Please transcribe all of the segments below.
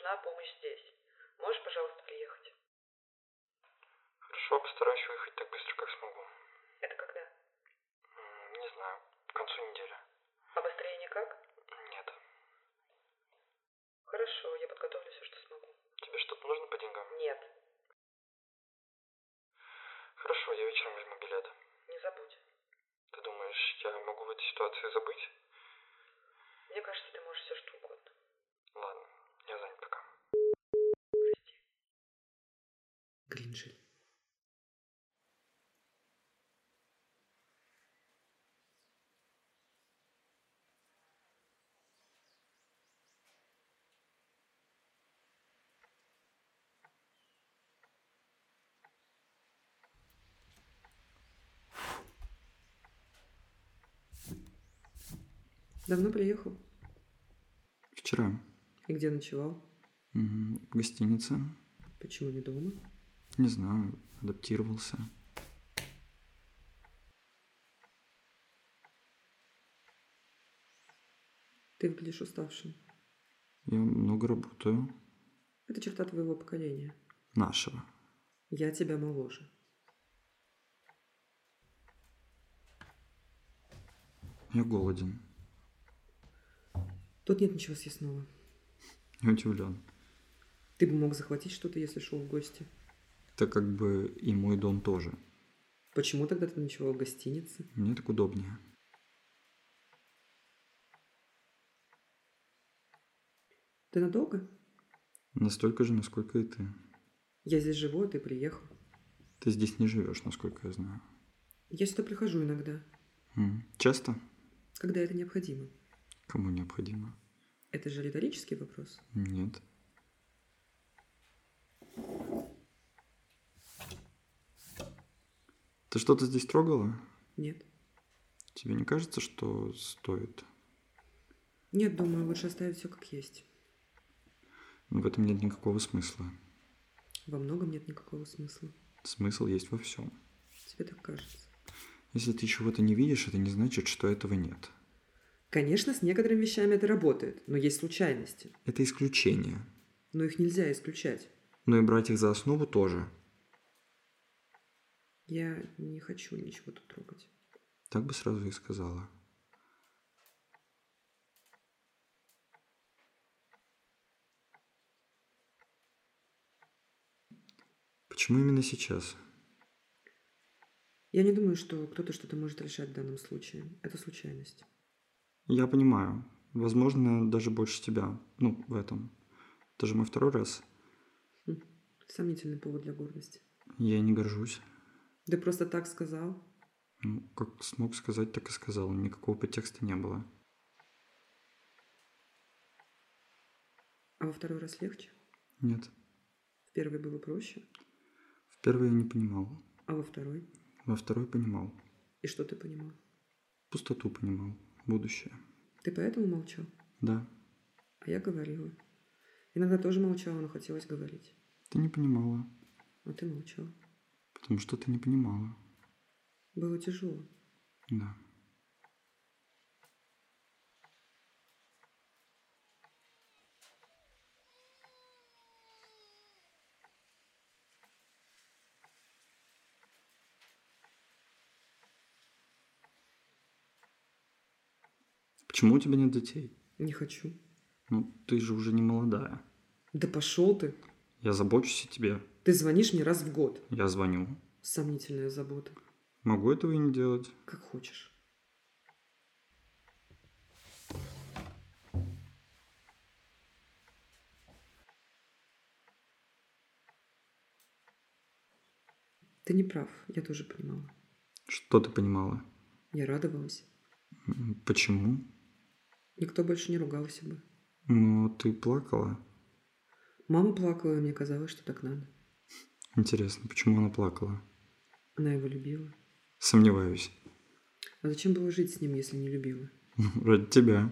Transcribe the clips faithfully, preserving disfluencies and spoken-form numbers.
нужна помощь здесь. Можешь, пожалуйста, приехать? Хорошо, постараюсь выехать так быстро, как смогу. Это когда? М, Не знаю, к концу недели. А быстрее никак? Нет. Хорошо, я подготовлю все, что смогу. Тебе что-то нужно по деньгам? Нет, Хорошо, я вечером возьму билет. не забудь. Ты думаешь, я могу в этой ситуации забыть? Мне кажется, ты можешь все что угодно. Ладно, я занят пока. Прости. Гринжель. Давно приехал? Вчера. И где ночевал? М, В гостинице. Почему не дома? Не знаю, адаптировался. Ты выглядишь уставшим. Я много работаю. Это черта твоего поколения. Нашего. Я тебя моложе. Я голоден. Тут нет ничего съестного. Я удивлен. Ты бы мог захватить что-то, если шел в гости. Это как бы и мой дом тоже. Почему тогда ты ночевал в гостинице? Мне так удобнее. Ты надолго? Настолько же, насколько и ты. Я здесь живу, а ты приехал. Ты здесь не живешь, насколько я знаю. Я сюда прихожу иногда, М, Часто? когда это необходимо. Кому необходимо? Это же риторический вопрос. Нет. Ты что-то здесь трогала? Нет. Тебе не кажется, что стоит? Нет, думаю, лучше оставить все как есть. В этом нет никакого смысла. Во многом нет никакого смысла. Смысл есть во всем. Тебе так кажется. Если ты чего-то не видишь, это не значит, что этого нет. Конечно, с некоторыми вещами это работает, но есть случайности. Это исключение. Но их нельзя исключать. Но и брать их за основу тоже. Я не хочу ничего тут трогать. Так бы сразу и сказала. Почему именно сейчас? Я не думаю, что кто-то что-то может решать в данном случае. Это случайность. Я понимаю. Возможно, даже больше тебя. Ну, в этом. Это же мой второй раз. Хм, сомнительный повод для гордости. Я не горжусь. Ты просто так сказал? Ну, как смог сказать, так и сказал. Никакого подтекста не было. А во второй раз легче? Нет. В первый было проще? В первый я не понимал. А во второй? Во второй понимал. И что ты понимал? Пустоту понимал. Будущее. Ты поэтому молчал? Да. А я говорила. Иногда тоже молчала, но хотелось говорить. Ты не понимала. А ты молчал. Потому что ты не понимала. Было тяжело. Да. Почему у тебя нет детей? Не хочу. Ну, ты же уже не молодая. Да пошел ты. Я забочусь о тебе. Ты звонишь мне раз в год. Я звоню. Сомнительная забота. Могу этого и не делать. Как хочешь. Ты не прав, я тоже понимала. Что ты понимала? Я радовалась. М, Почему? Никто больше не ругался бы. Ну, ты плакала. Мама плакала, и мне казалось, что так надо. Интересно, почему она плакала? Она его любила. Сомневаюсь. А зачем было жить с ним, если не любила? Ради тебя.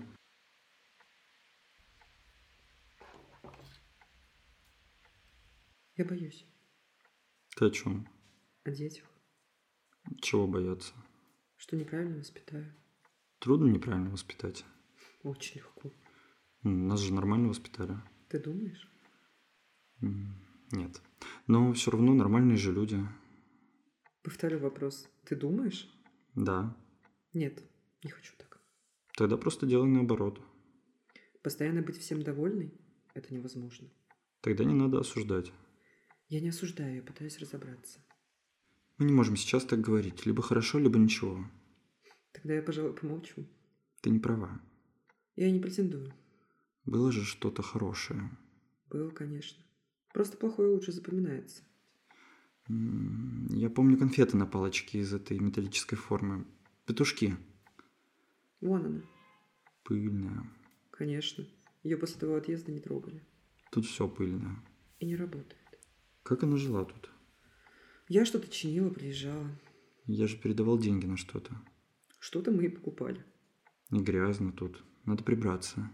Я боюсь. Ты о чем? О детях. Чего бояться? Что неправильно воспитаю. Трудно неправильно воспитать. Очень легко. М, Нас же нормально воспитали. Ты думаешь? М, Нет. Но все равно нормальные же люди. Повторю вопрос. Ты думаешь? Да. Нет, не хочу так. Тогда просто делай наоборот. Постоянно быть всем довольной – это невозможно. Тогда не надо осуждать. Я не осуждаю, я пытаюсь разобраться. Мы не можем сейчас так говорить. Либо хорошо, либо ничего. Тогда я, пожалуй, помолчу. Ты не права. Я и не претендую. Было же что-то хорошее. Было, конечно. Просто плохое лучше запоминается. М, Я помню конфеты на палочке из этой металлической формы. Петушки. Вон она. Пыльная. Конечно. Ее после твоего отъезда не трогали. Тут все пыльное. И не работает. Как она жила тут? Я что-то чинила, приезжала. Я же передавал деньги на что-то. Что-то мы и покупали. И грязно тут. Надо прибраться.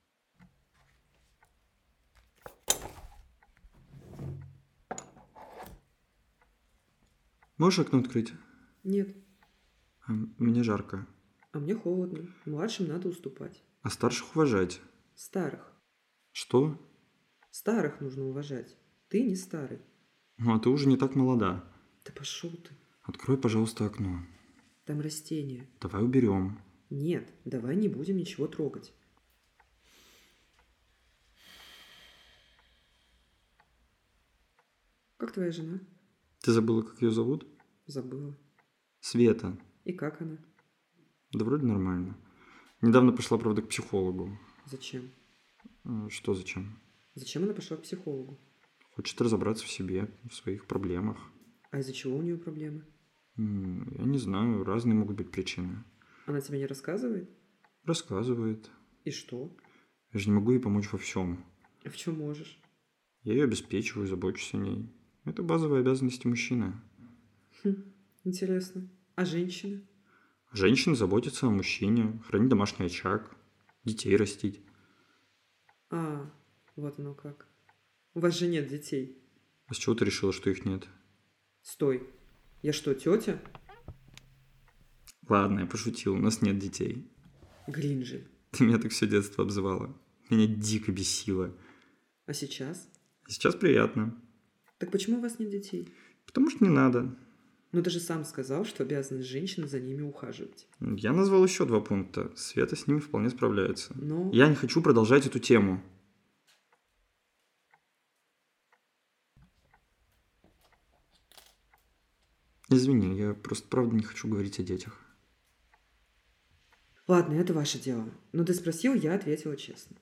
Можешь окно открыть? Нет. А, Мне жарко. А мне холодно. Младшим надо уступать. А старших уважать. Старых. Что? Старых нужно уважать. Ты не старый. Ну, а ты уже не так молода. Да пошел ты. Открой, пожалуйста, окно. Там растения. Давай уберем. Нет, давай не будем ничего трогать. Как твоя жена? Ты забыла, как ее зовут? Забыла. Света. И как она? Да вроде нормально. Недавно пошла, правда, к психологу. Зачем? А, Что зачем? Зачем она пошла к психологу? Хочет разобраться в себе, в своих проблемах. А из-за чего у нее проблемы? М, Я не знаю, разные могут быть причины. Она тебе не рассказывает? Рассказывает. И что? Я же не могу ей помочь во всем. А в чем можешь? Я ее обеспечиваю, забочусь о ней. Это базовые обязанности мужчины. Хм, интересно. А женщины? Женщина заботится о мужчине, хранить домашний очаг, детей растить. А, вот оно как. У вас же нет детей. А с чего ты решила, что их нет? Стой. Я что, тетя? Ладно, я пошутил, у нас нет детей. Гринжель. Ты меня так все детство обзывала. Меня дико бесило. А сейчас? А сейчас приятно. Так почему у вас нет детей? Потому что не надо. Ну ты же сам сказал, что обязанность женщины за ними ухаживать. Я назвал еще два пункта. Света с ними вполне справляется. Но... Я не хочу продолжать эту тему. Извини, я просто правда не хочу говорить о детях. Ладно, это ваше дело. Но ты спросил, я ответила честно.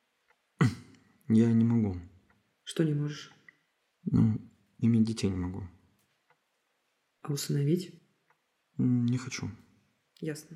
Я не могу. Что не можешь? Ну, иметь детей не могу. А усыновить? М, Не хочу. Ясно.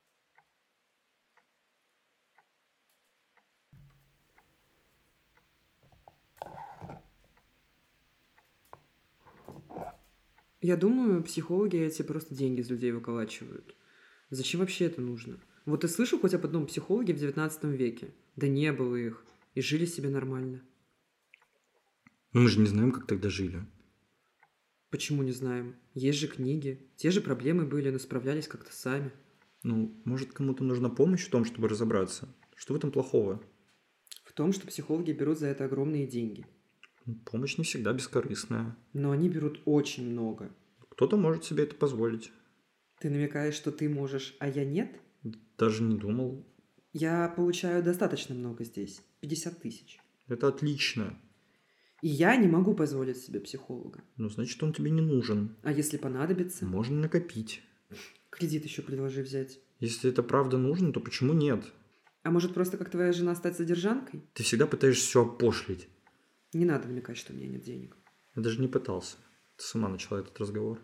Я думаю, психологи эти просто деньги из людей выколачивают. Зачем вообще это нужно? Вот ты слышал хоть об одном психологе в девятнадцатом веке? Да не было их. И жили себе нормально. Ну, мы же не знаем, как тогда жили. Почему не знаем? Есть же книги. Те же проблемы были, но справлялись как-то сами. Ну, может, кому-то нужна помощь в том, чтобы разобраться? Что в этом плохого? В том, что психологи берут за это огромные деньги. Ну, Помощь не всегда бескорыстная. Но они берут очень много. Кто-то может себе это позволить. Ты намекаешь, что ты можешь, а я нет? Даже не думал. Я получаю достаточно много здесь. пятьдесят тысяч. Это отлично. И я не могу позволить себе психолога. Ну, значит, он тебе не нужен. А если понадобится? Можно накопить. Кредит еще предложи взять. Если это правда нужно, то почему нет? А может просто как твоя жена стать содержанкой? Ты всегда пытаешься все опошлить. Не надо намекать, что у меня нет денег. Я даже не пытался. Ты сама начала этот разговор.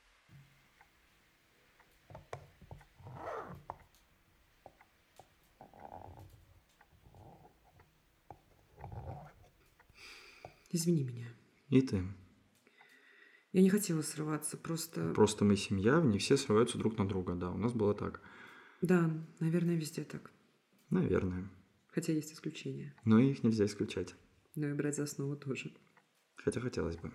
Извини меня. И ты. Я не хотела срываться, просто... Просто мы семья, в ней все срываются друг на друга. Да, у нас было так. Да, наверное, везде так. Наверное. Хотя есть исключения. Но их нельзя исключать. Но и брать за основу тоже. Хотя хотелось бы.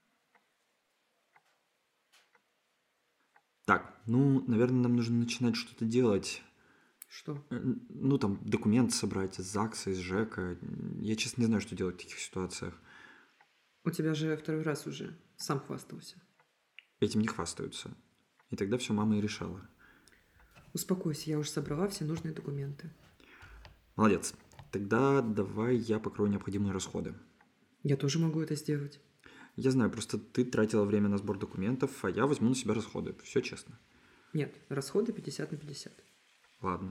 Так, ну, наверное, нам нужно начинать что-то делать. Что? Э, Ну, там, документы собрать из ЗАГСа, из ЖЭКа. Я, честно, не знаю, что делать в таких ситуациях. У тебя же второй раз уже. Сам хвастался. Этим не хвастаются. И тогда все мама и решала. Успокойся, я уже собрала все нужные документы. Молодец. Тогда давай я покрою необходимые расходы. Я тоже могу это сделать. Я знаю, просто ты тратила время на сбор документов, а я возьму на себя расходы. Все честно. Нет, расходы пятьдесят на пятьдесят. Ладно.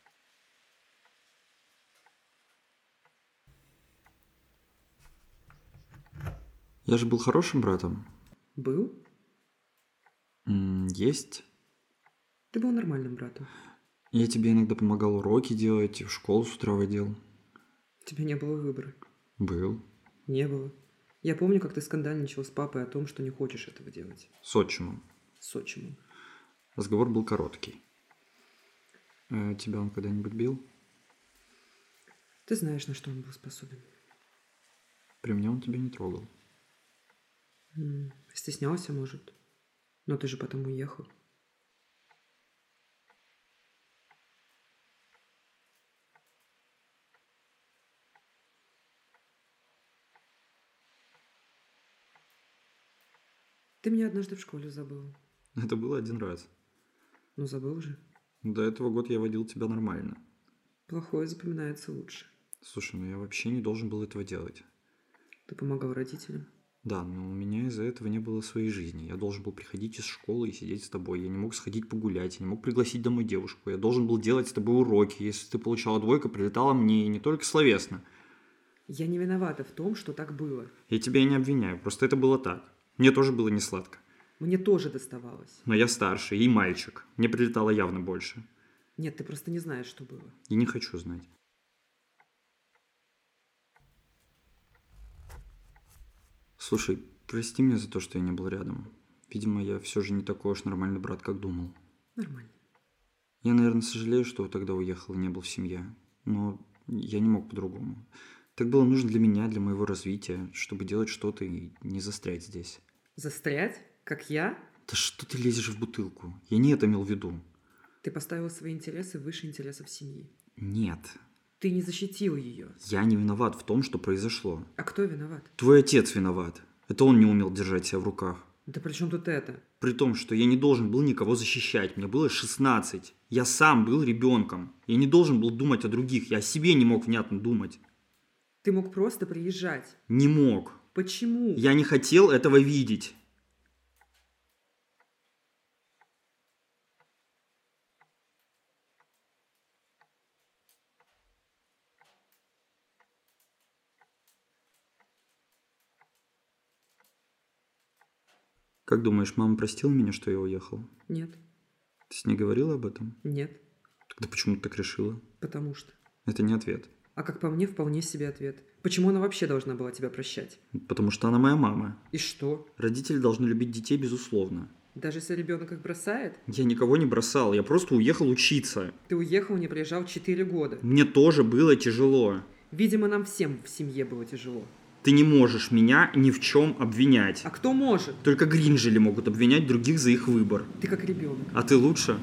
Я же был хорошим братом. Был? М, Есть. Ты был нормальным братом. Я тебе иногда помогал уроки делать, в школу с утра водил. У тебя не было выбора. Был. Не было. Я помню, как ты скандальничал с папой о том, что не хочешь этого делать. С отчимом. С отчимом. Разговор был короткий. А тебя он когда-нибудь бил? Ты знаешь, на что он был способен. При мне он тебя не трогал. М, Стеснялся, может. Но ты же потом уехал. Ты меня однажды в школе забыл. Это было один раз. Ну, забыл же. До этого года я водил тебя нормально. Плохое запоминается лучше. Слушай, ну я вообще не должен был этого делать. Ты помогал родителям. Да, но у меня из-за этого не было своей жизни. Я должен был приходить из школы и сидеть с тобой. Я не мог сходить погулять, я не мог пригласить домой девушку. Я должен был делать с тобой уроки. Если ты получала двойку, прилетала мне, и не только словесно. Я не виновата в том, что так было. Я тебя и не обвиняю, просто это было так. Мне тоже было не сладко. Мне тоже доставалось. Но я старше, и мальчик. Мне прилетало явно больше. Нет, ты просто не знаешь, что было. И не хочу знать. Слушай, прости меня за то, что я не был рядом. Видимо, я все же не такой уж нормальный брат, как думал. Нормально. Я, наверное, сожалею, что тогда уехал и не был в семье. Но я не мог по-другому. Так было нужно для меня, для моего развития, чтобы делать что-то и не застрять здесь. Застрять? Как я? Да что ты лезешь в бутылку? Я не это имел в виду. Ты поставил свои интересы выше интересов семьи. Нет. Ты не защитил ее. Я не виноват в том, что произошло. А кто виноват? Твой отец виноват. Это он не умел держать себя в руках. Да при чем тут это? При том, что я не должен был никого защищать. Мне было шестнадцать. Я сам был ребенком. Я не должен был думать о других. Я о себе не мог внятно думать. Ты мог просто приезжать. Не мог. Почему? Я не хотел этого видеть. Как думаешь, мама простила меня, что я уехал? Нет. Ты с ней говорила об этом? Нет. Тогда почему ты так решила? Потому что. Это не ответ. А как по мне, вполне себе ответ. Почему она вообще должна была тебя прощать? Потому что она моя мама. И что? Родители должны любить детей, безусловно. Даже если ребенок их бросает? Я никого не бросал, я просто уехал учиться. Ты уехал, не приезжал четыре года. Мне тоже было тяжело. Видимо, нам всем в семье было тяжело. Ты не можешь меня ни в чем обвинять. А кто может? Только гринжели могут обвинять других за их выбор. Ты как ребенок. А ты лучше?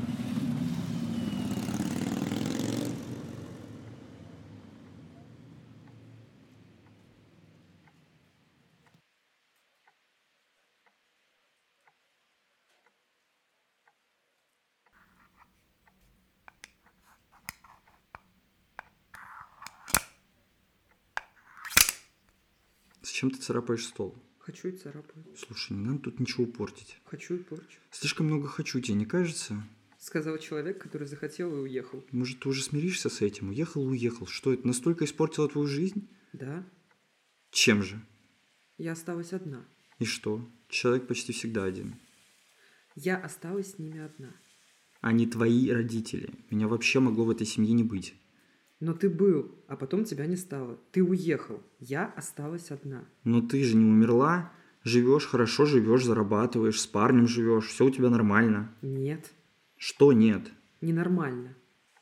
Зачем ты царапаешь стол? Хочу и царапаю. Слушай, не надо тут ничего портить. Хочу и порчу. Слишком много хочу, тебе не кажется? Сказал человек, который захотел и уехал. Может, ты уже смиришься с этим? Уехал и уехал. Что, это настолько испортило твою жизнь? Да, Чем же? я осталась одна. И что? Человек почти всегда один. Я осталась с ними одна. А не твои родители. Меня вообще могло в этой семье не быть. Но ты был, а потом тебя не стало. Ты уехал. Я осталась одна. Но ты же не умерла. Живешь, хорошо живешь, зарабатываешь, с парнем живешь. Все у тебя нормально. Нет, Что нет? ненормально.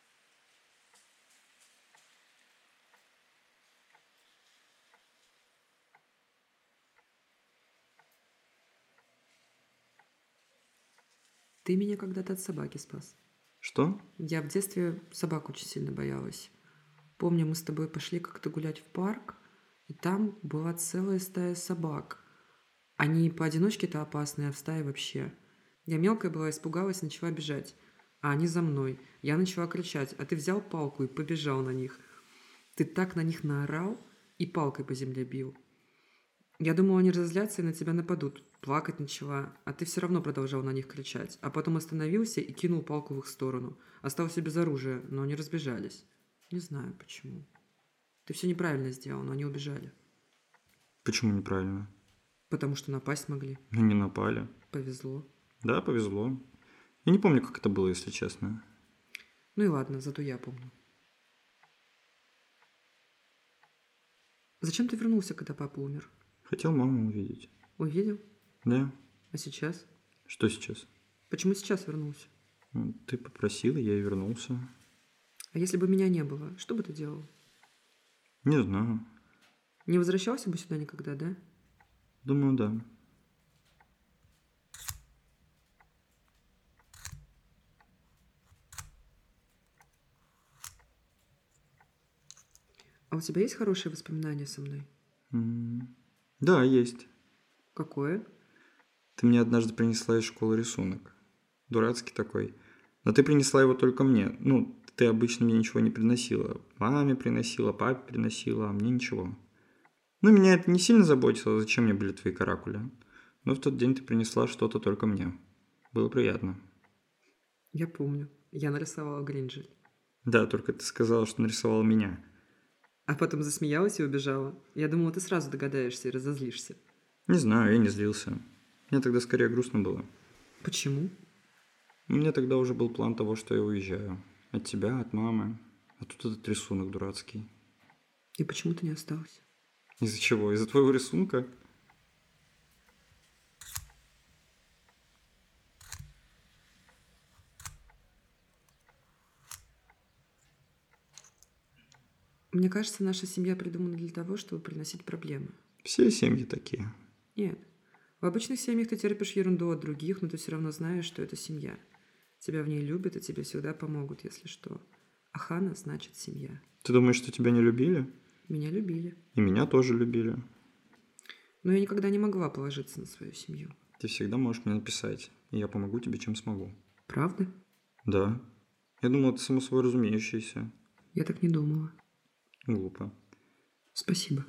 Ты меня когда-то от собаки спас. Что? Я в детстве собак очень сильно боялась. Помню, мы с тобой пошли как-то гулять в парк, И там была целая стая собак. Они поодиночке-то опасные, а в стае вообще. Я мелкая была, испугалась, начала бежать. А они за мной. Я начала кричать, а ты взял палку и побежал на них. Ты так на них наорал и палкой по земле бил. Я думала, они разозлятся и на тебя нападут. Плакать начала, а ты все равно продолжал на них кричать. А потом остановился и кинул палку в их сторону. Остался без оружия, но они разбежались. Не знаю, почему. Ты все неправильно сделал, но они убежали. Почему неправильно? Потому что напасть могли. Ну, не напали. Повезло. Да, повезло. Я не помню, как это было, если честно. Ну и ладно, зато я помню. Зачем ты вернулся, когда папа умер? Хотел маму увидеть. Увидел? Да. А сейчас? Что сейчас? Почему сейчас вернулся? Ну, ты попросила, я и вернулся. А если бы меня не было, что бы ты делал? Не знаю. Не возвращался бы сюда никогда, да? Думаю, да. А у тебя есть хорошие воспоминания со мной? М, Да, есть. Какое? Ты мне однажды принесла из школы рисунок. Дурацкий такой. Но ты принесла его только мне. Ну, ты обычно мне ничего не приносила. Маме приносила, папе приносила, а мне ничего. Ну, меня это не сильно заботило, зачем мне были твои каракули. Но в тот день ты принесла что-то только мне. Было приятно. Я помню. Я нарисовала Гринджель. Да, только ты сказала, что нарисовала меня. А потом засмеялась и убежала. Я думала, ты сразу догадаешься и разозлишься. Не знаю, я не злился. Мне тогда скорее грустно было. Почему? У меня тогда уже был план того, что я уезжаю. От тебя, от мамы. А тут этот рисунок дурацкий. И почему ты не осталась? Из-за чего? Из-за твоего рисунка? Мне кажется, наша семья придумана для того, чтобы приносить проблемы. Все семьи такие. Нет. В обычных семьях ты терпишь ерунду от других, но ты все равно знаешь, что это семья. Тебя в ней любят и тебе всегда помогут, если что. А Хана значит семья. Ты думаешь, что тебя не любили? Меня любили. И меня тоже любили. Но я никогда не могла положиться на свою семью. Ты всегда можешь мне написать, и я помогу тебе, чем смогу. Правда? Да. Я думал, это само собой разумеющееся. Я так не думала. Глупо. Спасибо.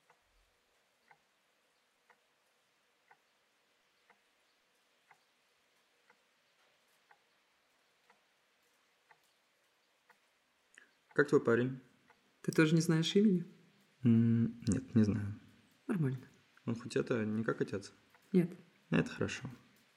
Как твой парень? Ты тоже не знаешь имени? М, Нет, не знаю. Нормально. Он хоть это не как отец? Нет. Это хорошо.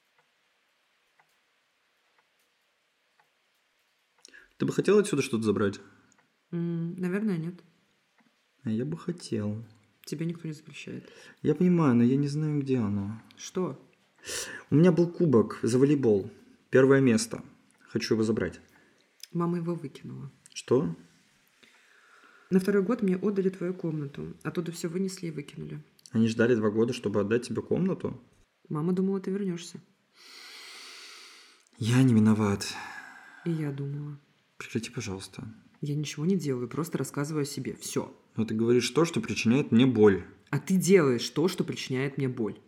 Ты бы хотел отсюда что-то забрать? М, наверное, нет. А я бы хотел. Тебе никто не запрещает. Я понимаю, но я не знаю, где оно. Что? У меня был кубок за волейбол. Первое место. Хочу его забрать. Мама его выкинула. Что? На второй год мне отдали твою комнату. Оттуда все вынесли и выкинули. Они ждали два года, чтобы отдать тебе комнату? Мама думала, ты вернешься. Я не виноват. И я думала. Прекрати, пожалуйста. Я ничего не делаю, просто рассказываю о себе. Все. Но ты говоришь то, что причиняет мне боль. А ты делаешь то, что причиняет мне боль.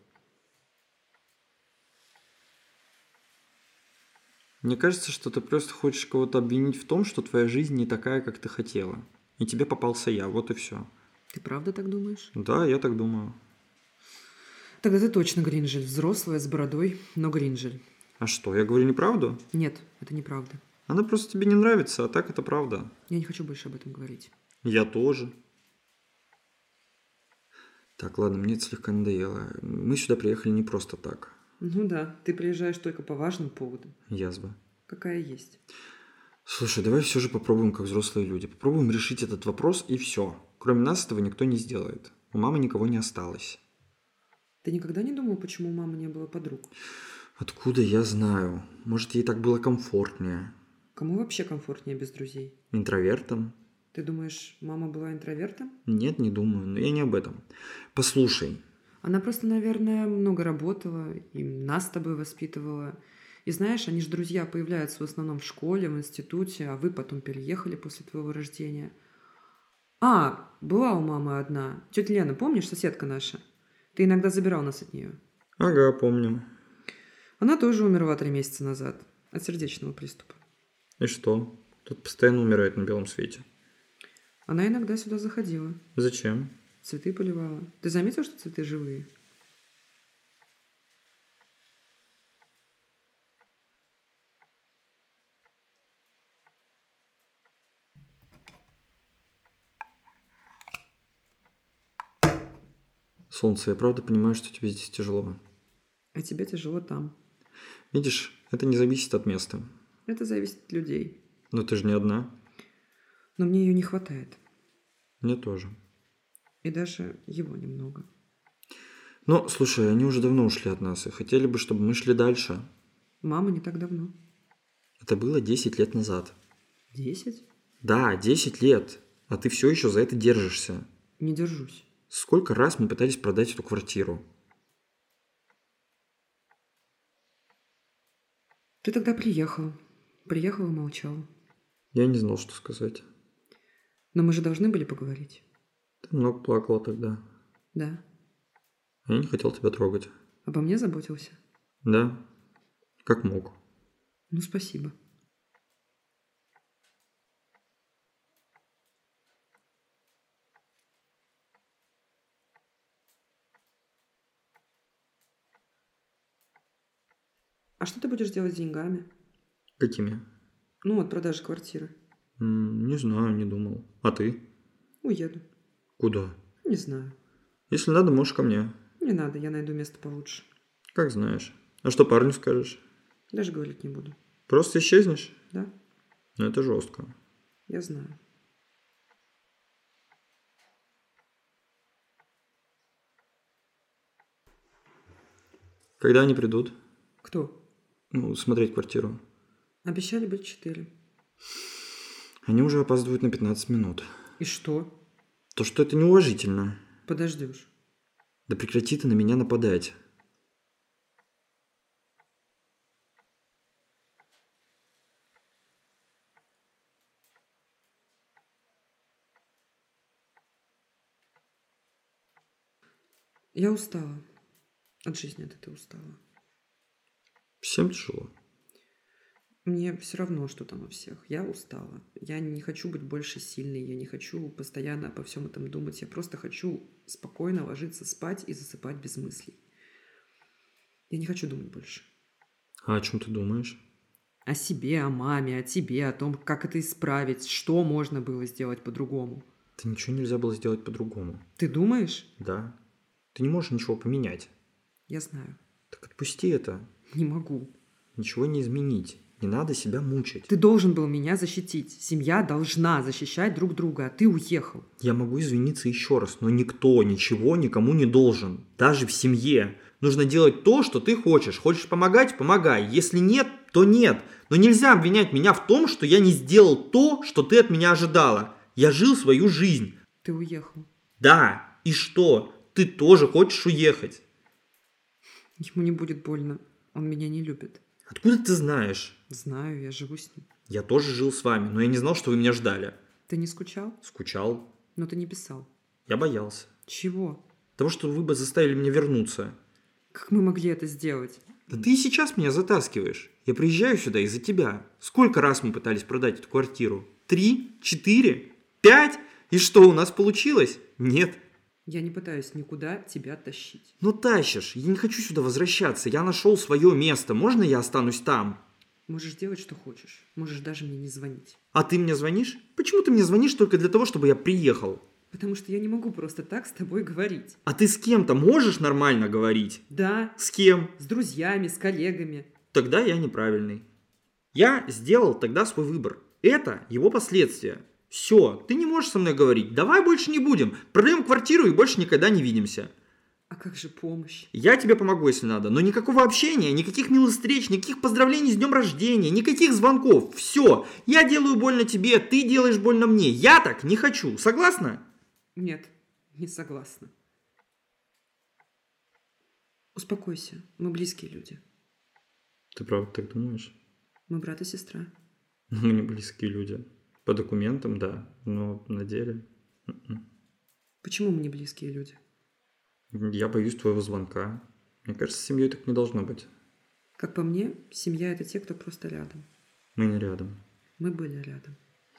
Мне кажется, что ты просто хочешь кого-то обвинить в том, что твоя жизнь не такая, как ты хотела. И тебе попался я, вот и все. Ты правда так думаешь? Да, я так думаю. Тогда ты точно Гринжель. Взрослая, с бородой, но Гринжель. А что, я говорю неправду? Нет, это неправда. Она просто тебе не нравится, а так это правда. Я не хочу больше об этом говорить. Я тоже. Так, ладно, мне это слегка надоело. Мы сюда приехали не просто так. Ну да, ты приезжаешь только по важным поводам. Язва. Какая есть. Слушай, давай все же попробуем как взрослые люди. Попробуем решить этот вопрос и все. Кроме нас этого никто не сделает. У мамы никого не осталось. Ты никогда не думал, почему у мамы не было подруг? Откуда я знаю? Может, ей так было комфортнее. Кому вообще комфортнее без друзей? Интровертом? Ты думаешь, мама была интровертом? Нет, не думаю, но я не об этом. Послушай. Она просто, наверное, много работала и нас с тобой воспитывала. И знаешь, они же друзья появляются в основном в школе, в институте, а вы потом переехали после твоего рождения. А, была у мамы одна. Тетя Лена, помнишь, соседка наша? Ты иногда забирал нас от нее. Ага, помню. Она тоже умерла три месяца назад от сердечного приступа. И что? Тут постоянно умирает на белом свете. Она иногда сюда заходила. Зачем? Цветы поливала. Ты заметил, что цветы живые? Солнце, я правда понимаю, что тебе здесь тяжело. А тебе тяжело там. Видишь, это не зависит от места. Это зависит от людей. Но ты же не одна. Но мне ее не хватает. Мне тоже. И даже его немного. Но, слушай, они уже давно ушли от нас и хотели бы, чтобы мы шли дальше. Мама не так давно. Это было десять лет назад. Десять? Да, десять лет. А ты все еще за это держишься. Не держусь. Сколько раз мы пытались продать эту квартиру? Ты тогда приехал. Приехал и молчал. Я не знал, что сказать. Но мы же должны были поговорить. Ты много плакала тогда. Да. Я не хотел тебя трогать. Обо мне заботился? Да, как мог. Ну, спасибо. А что ты будешь делать с деньгами? Какими? Ну, от продажи квартиры. М, не знаю, не думал. А ты? Уеду. Куда? Не знаю. Если надо, можешь ко мне. Не надо, я найду место получше. Как знаешь. А что парню скажешь? Даже говорить не буду. Просто исчезнешь? Да? Ну это жестко. Я знаю. Когда они придут? Кто? Ну, смотреть квартиру. Обещали быть четыре. Они уже опаздывают на пятнадцать минут. И что? То, что это неуважительно. Подождешь. Да прекрати ты на меня нападать. Я устала. От жизни от этой устала. Всем тяжело. Мне все равно, что там у всех. Я устала. Я не хочу быть больше сильной. Я не хочу постоянно обо всем этом думать. Я просто хочу спокойно ложиться спать и засыпать без мыслей. Я не хочу думать больше. А о чем ты думаешь? О себе, о маме, о тебе, о том, как это исправить, что можно было сделать по-другому. Да ничего нельзя было сделать по-другому. Ты думаешь? Да. Ты не можешь ничего поменять. Я знаю. Так отпусти это. Не могу. Ничего не изменить. Не надо себя мучить. Ты должен был меня защитить. Семья должна защищать друг друга, а ты уехал. Я могу извиниться еще раз, но никто ничего никому не должен. Даже в семье. Нужно делать то, что ты хочешь. Хочешь помогать – помогай. Если нет, то нет. Но нельзя обвинять меня в том, что я не сделал то, что ты от меня ожидала. Я жил свою жизнь. Ты уехал. Да, и что? Ты тоже хочешь уехать. Ему не будет больно. Он меня не любит. Откуда ты знаешь? Знаю, я живу с ним. Я тоже жил с вами, но я не знал, что вы меня ждали. Ты не скучал? Скучал. Но ты не писал. Я боялся. Чего? Того, что вы бы заставили меня вернуться. Как мы могли это сделать? Да ты и сейчас меня затаскиваешь. Я приезжаю сюда из-за тебя. Сколько раз мы пытались продать эту квартиру? Три? Четыре? Пять? И что, у нас получилось? Нет. Я не пытаюсь никуда тебя тащить. Ну тащишь. Я не хочу сюда возвращаться. Я нашел свое место. Можно я останусь там? Можешь делать, что хочешь. Можешь даже мне не звонить. А ты мне звонишь? Почему ты мне звонишь только для того, чтобы я приехал? Потому что я не могу просто так с тобой говорить. А ты с кем-то можешь нормально говорить? Да, С кем? с друзьями, с коллегами. Тогда я неправильный. Я сделал тогда свой выбор. Это его последствия. Все, ты не можешь со мной говорить. Давай больше не будем. Продаем квартиру и больше никогда не видимся. А как же помощь? Я тебе помогу, если надо. Но никакого общения, никаких милых встреч, никаких поздравлений с днем рождения, никаких звонков. Все. Я делаю больно тебе, ты делаешь больно мне. Я так не хочу. Согласна? Нет, не согласна. Успокойся, мы близкие люди. Ты правда так думаешь? Мы брат и сестра. Мы не близкие люди. По документам, да, но на деле... М-м. Почему мы не близкие люди? Я боюсь твоего звонка. Мне кажется, с семьей так не должно быть. Как по мне, семья — это те, кто просто рядом. Мы не рядом. Мы были рядом.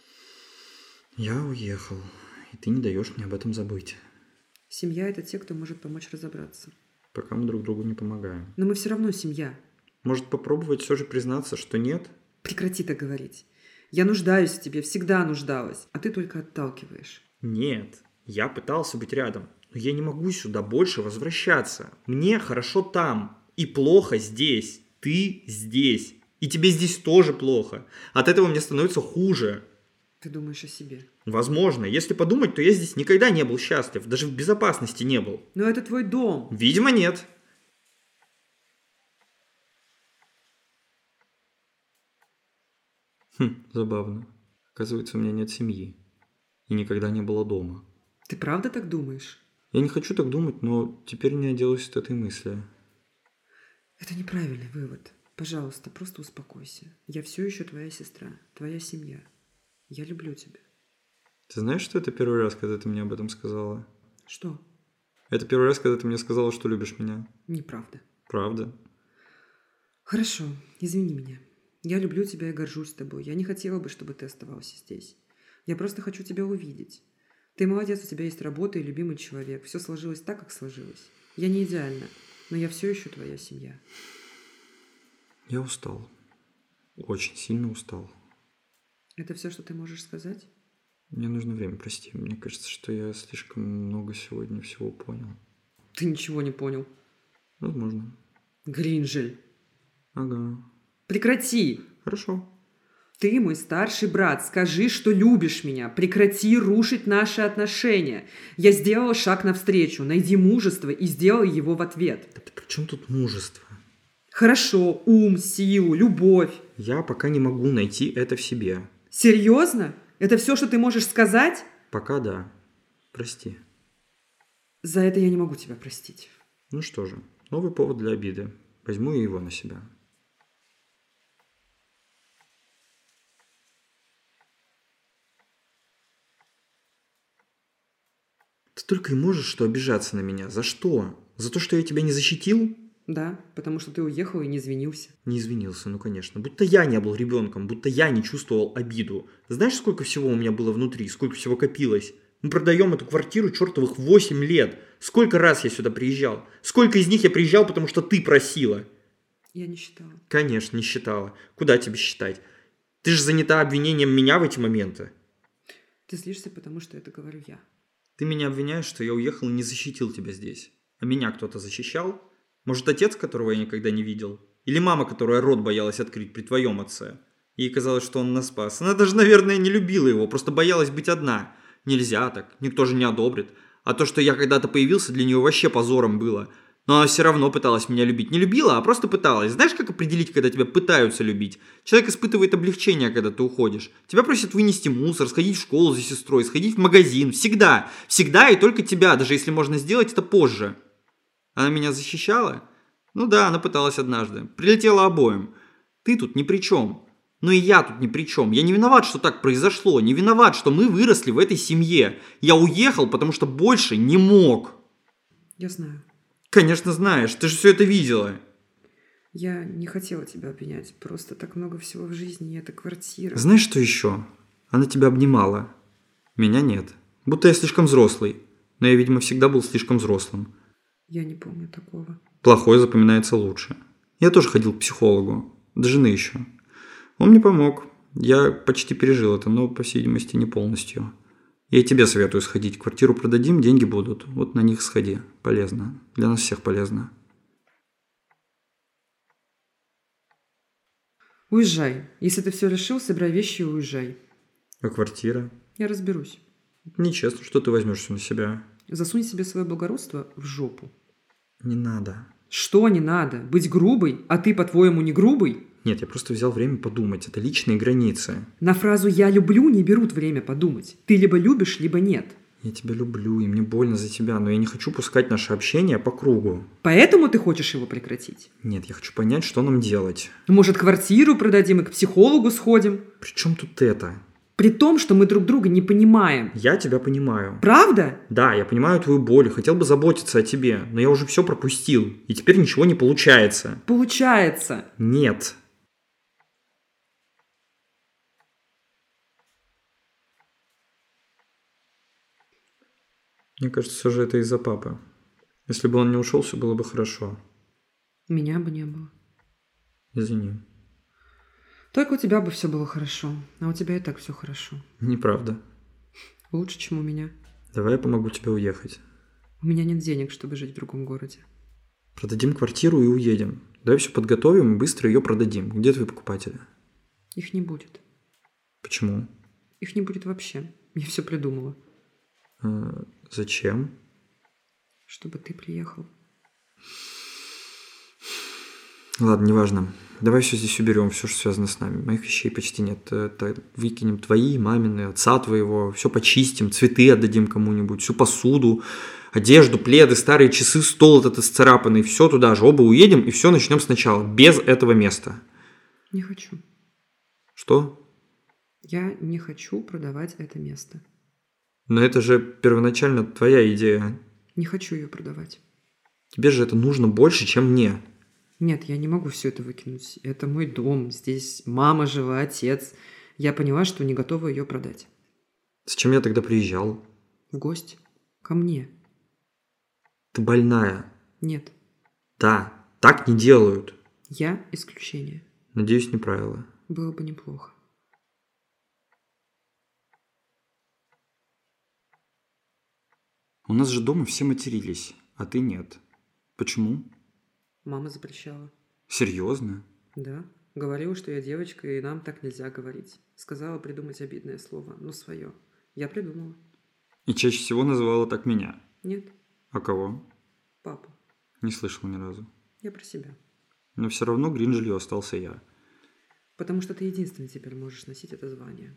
Я уехал, и ты не даешь мне об этом забыть. Семья — это те, кто может помочь разобраться. Пока мы друг другу не помогаем. Но мы все равно семья. Может, попробовать все же признаться, что нет? Прекрати так говорить. Я нуждаюсь в тебе, всегда нуждалась, а ты только отталкиваешь. Нет, я пытался быть рядом, но я не могу сюда больше возвращаться. Мне хорошо там, и плохо здесь. Ты здесь, и тебе здесь тоже плохо. От этого мне становится хуже. Ты думаешь о себе. Возможно, если подумать, то я здесь никогда не был счастлив, даже в безопасности не был. Но это твой дом. Видимо, нет. Хм, забавно. Оказывается, у меня нет семьи. И никогда не было дома. Ты правда так думаешь? Я не хочу так думать, но теперь не отделаюсь от этой мысли. Это неправильный вывод. Пожалуйста, просто успокойся. Я все еще твоя сестра, твоя семья. Я люблю тебя. Ты знаешь, что это первый раз, когда ты мне об этом сказала? Что? Это первый раз, когда ты мне сказала, что любишь меня. Неправда. Правда? Хорошо, извини меня. Я люблю тебя и горжусь тобой. Я не хотела бы, чтобы ты оставался здесь. Я просто хочу тебя увидеть. Ты молодец, у тебя есть работа и любимый человек. Все сложилось так, как сложилось. Я не идеальна, но я все еще твоя семья. Я устал. Очень сильно устал. Это все, что ты можешь сказать? Мне нужно время, прости. Мне кажется, что я слишком много сегодня всего понял. Ты ничего не понял. Возможно. Гринжель. Ага. Прекрати. Хорошо. Ты мой старший брат. Скажи, что любишь меня. Прекрати рушить наши отношения. Я сделала шаг навстречу. Найди мужество и сделай его в ответ. Да при чем тут мужество? Хорошо. Ум, силу, любовь. Я пока не могу найти это в себе. Серьезно? Это все, что ты можешь сказать? Пока да. Прости. За это я не могу тебя простить. Ну что же, новый повод для обиды. Возьму и его на себя. Ты только и можешь что обижаться на меня. За что? За то, что я тебя не защитил? Да, потому что ты уехал и не извинился. Не извинился, ну конечно. Будто я не был ребенком, будто я не чувствовал обиду. Знаешь, сколько всего у меня было внутри, сколько всего копилось? Мы продаем эту квартиру чертовых восемь лет. Сколько раз я сюда приезжал? Сколько из них я приезжал, потому что ты просила? Я не считала. Конечно, не считала. Куда тебе считать? Ты же занята обвинением меня в эти моменты. Ты злишься, потому что это говорю я. Ты меня обвиняешь, что я уехал и не защитил тебя здесь. А меня кто-то защищал? Может, отец, которого я никогда не видел? Или мама, которая рот боялась открыть при твоем отце? Ей казалось, что он нас спас. Она даже, наверное, не любила его, просто боялась быть одна. Нельзя так, никто же не одобрит. А то, что я когда-то появился, для нее вообще позором было. Но она все равно пыталась меня любить. Не любила, а просто пыталась. Знаешь, как определить, когда тебя пытаются любить? Человек испытывает облегчение, когда ты уходишь. Тебя просят вынести мусор, сходить в школу за сестрой, сходить в магазин. Всегда. Всегда и только тебя, даже если можно сделать это позже. Она меня защищала? Ну да, она пыталась однажды. Прилетела обоим. Ты тут ни при чем. Но и я тут ни при чем. Я не виноват, что так произошло. Не виноват, что мы выросли в этой семье. Я уехал, потому что больше не мог. Я знаю. Конечно знаешь, ты же все это видела. Я не хотела тебя обвинять. Просто так много всего в жизни, и эта квартира. Знаешь, что еще? Она тебя обнимала. Меня нет. Будто я слишком взрослый. Но я, видимо, всегда был слишком взрослым. Я не помню такого. Плохое запоминается лучше. Я тоже ходил к психологу. До жены еще. Он мне помог. Я почти пережил это, но, по всей видимости, не полностью. Я и тебе советую сходить. Квартиру продадим, деньги будут. Вот на них сходи. Полезно. Для нас всех полезно. Уезжай. Если ты все решил, собирай вещи и уезжай. А квартира? Я разберусь. Нечестно, что ты возьмешь все на себя. Засунь себе свое благородство в жопу. Не надо. Что не надо? Быть грубой? А ты, по-твоему, не грубый? Нет, я просто взял время подумать. Это личные границы. На фразу «я люблю» не берут время подумать. Ты либо любишь, либо нет. Я тебя люблю, и мне больно за тебя, но я не хочу пускать наше общение по кругу. Поэтому ты хочешь его прекратить? Нет, я хочу понять, что нам делать. Может, квартиру продадим и к психологу сходим? При чем тут это? При том, что мы друг друга не понимаем. Я тебя понимаю. Правда? Да, я понимаю твою боль, хотел бы заботиться о тебе, но я уже все пропустил, и теперь ничего не получается. Получается. Нет. Мне кажется, все же это из-за папы. Если бы он не ушел, все было бы хорошо. Меня бы не было. Извини. Только у тебя бы все было хорошо, а у тебя и так все хорошо. Неправда. Лучше, чем у меня. Давай я помогу тебе уехать. У меня нет денег, чтобы жить в другом городе. Продадим квартиру и уедем. Давай все подготовим и быстро ее продадим. Где твои покупатели? Их не будет. Почему? Их не будет вообще. Я все придумала. А, зачем? Чтобы ты приехал. Ладно, неважно. Давай все здесь уберем, все, что связано с нами. Моих вещей почти нет. Это выкинем твои, мамины, отца твоего. Все почистим, цветы отдадим кому-нибудь, всю посуду, одежду, пледы, старые часы, стол этот исцарапанный. Все туда же. Оба уедем и все начнем сначала. Без этого места. Не хочу. Что? Я не хочу продавать это место. Но это же первоначально твоя идея. Не хочу ее продавать. Тебе же это нужно больше, чем мне. Нет, я не могу все это выкинуть. Это мой дом. Здесь мама жива, отец. Я поняла, что не готова ее продать. Зачем я тогда приезжал? В гости. Ко мне. Ты больная. Нет. Да, так не делают. Я исключение. Надеюсь, не правило. Было бы неплохо. У нас же дома все матерились, а ты нет. Почему? Мама запрещала. Серьезно? Да. Говорила, что я девочка, и нам так нельзя говорить. Сказала придумать обидное слово, но свое. Я придумала. И чаще всего называла так меня. Нет. А кого? Папу. Не слышал ни разу. Я про себя. Но все равно Гринжилью остался я. Потому что ты единственный теперь можешь носить это звание.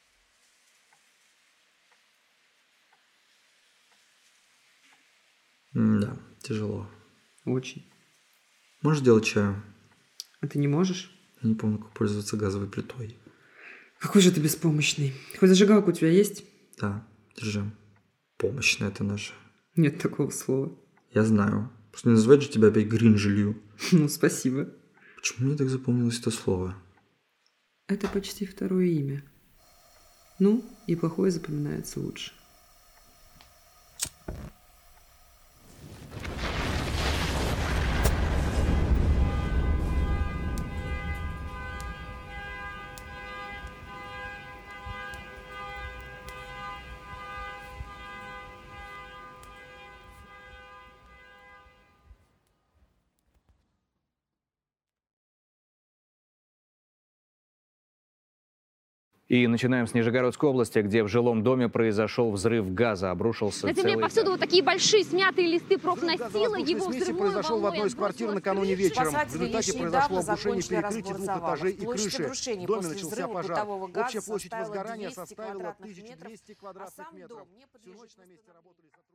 Да, тяжело. Очень. Можешь делать чаю? А ты не можешь? Я не помню, как пользоваться газовой плитой. Какой же ты беспомощный. Хоть зажигалка у тебя есть? Да, держи. Помощная это наша. Нет такого слова. Я знаю. Просто не называть же тебя опять Гринжилью. Ну, спасибо. Почему мне так запомнилось это слово? Это почти второе имя. Ну, и плохое запоминается лучше. И начинаем с Нижегородской области, где в жилом доме произошел взрыв газа, обрушился На земле целый повсюду этаж. вот такие большие смятые листы профнастила. Его смеси взрывной произошел в волной одной из квартир отбросило накануне в крышу. вечером. В Спасатели результате лишь произошло недавно обрушение закончили перекрытий разбор двух завалов. этажей и Площадь крыши. обрушения В доме после начался взрыва пожар. бытового газа Общая площадь составила возгорания двести составила квадратных тысячу метров, двести а квадратных сам метров. дом не Всю ночь на подлежит месте работали сотрудники.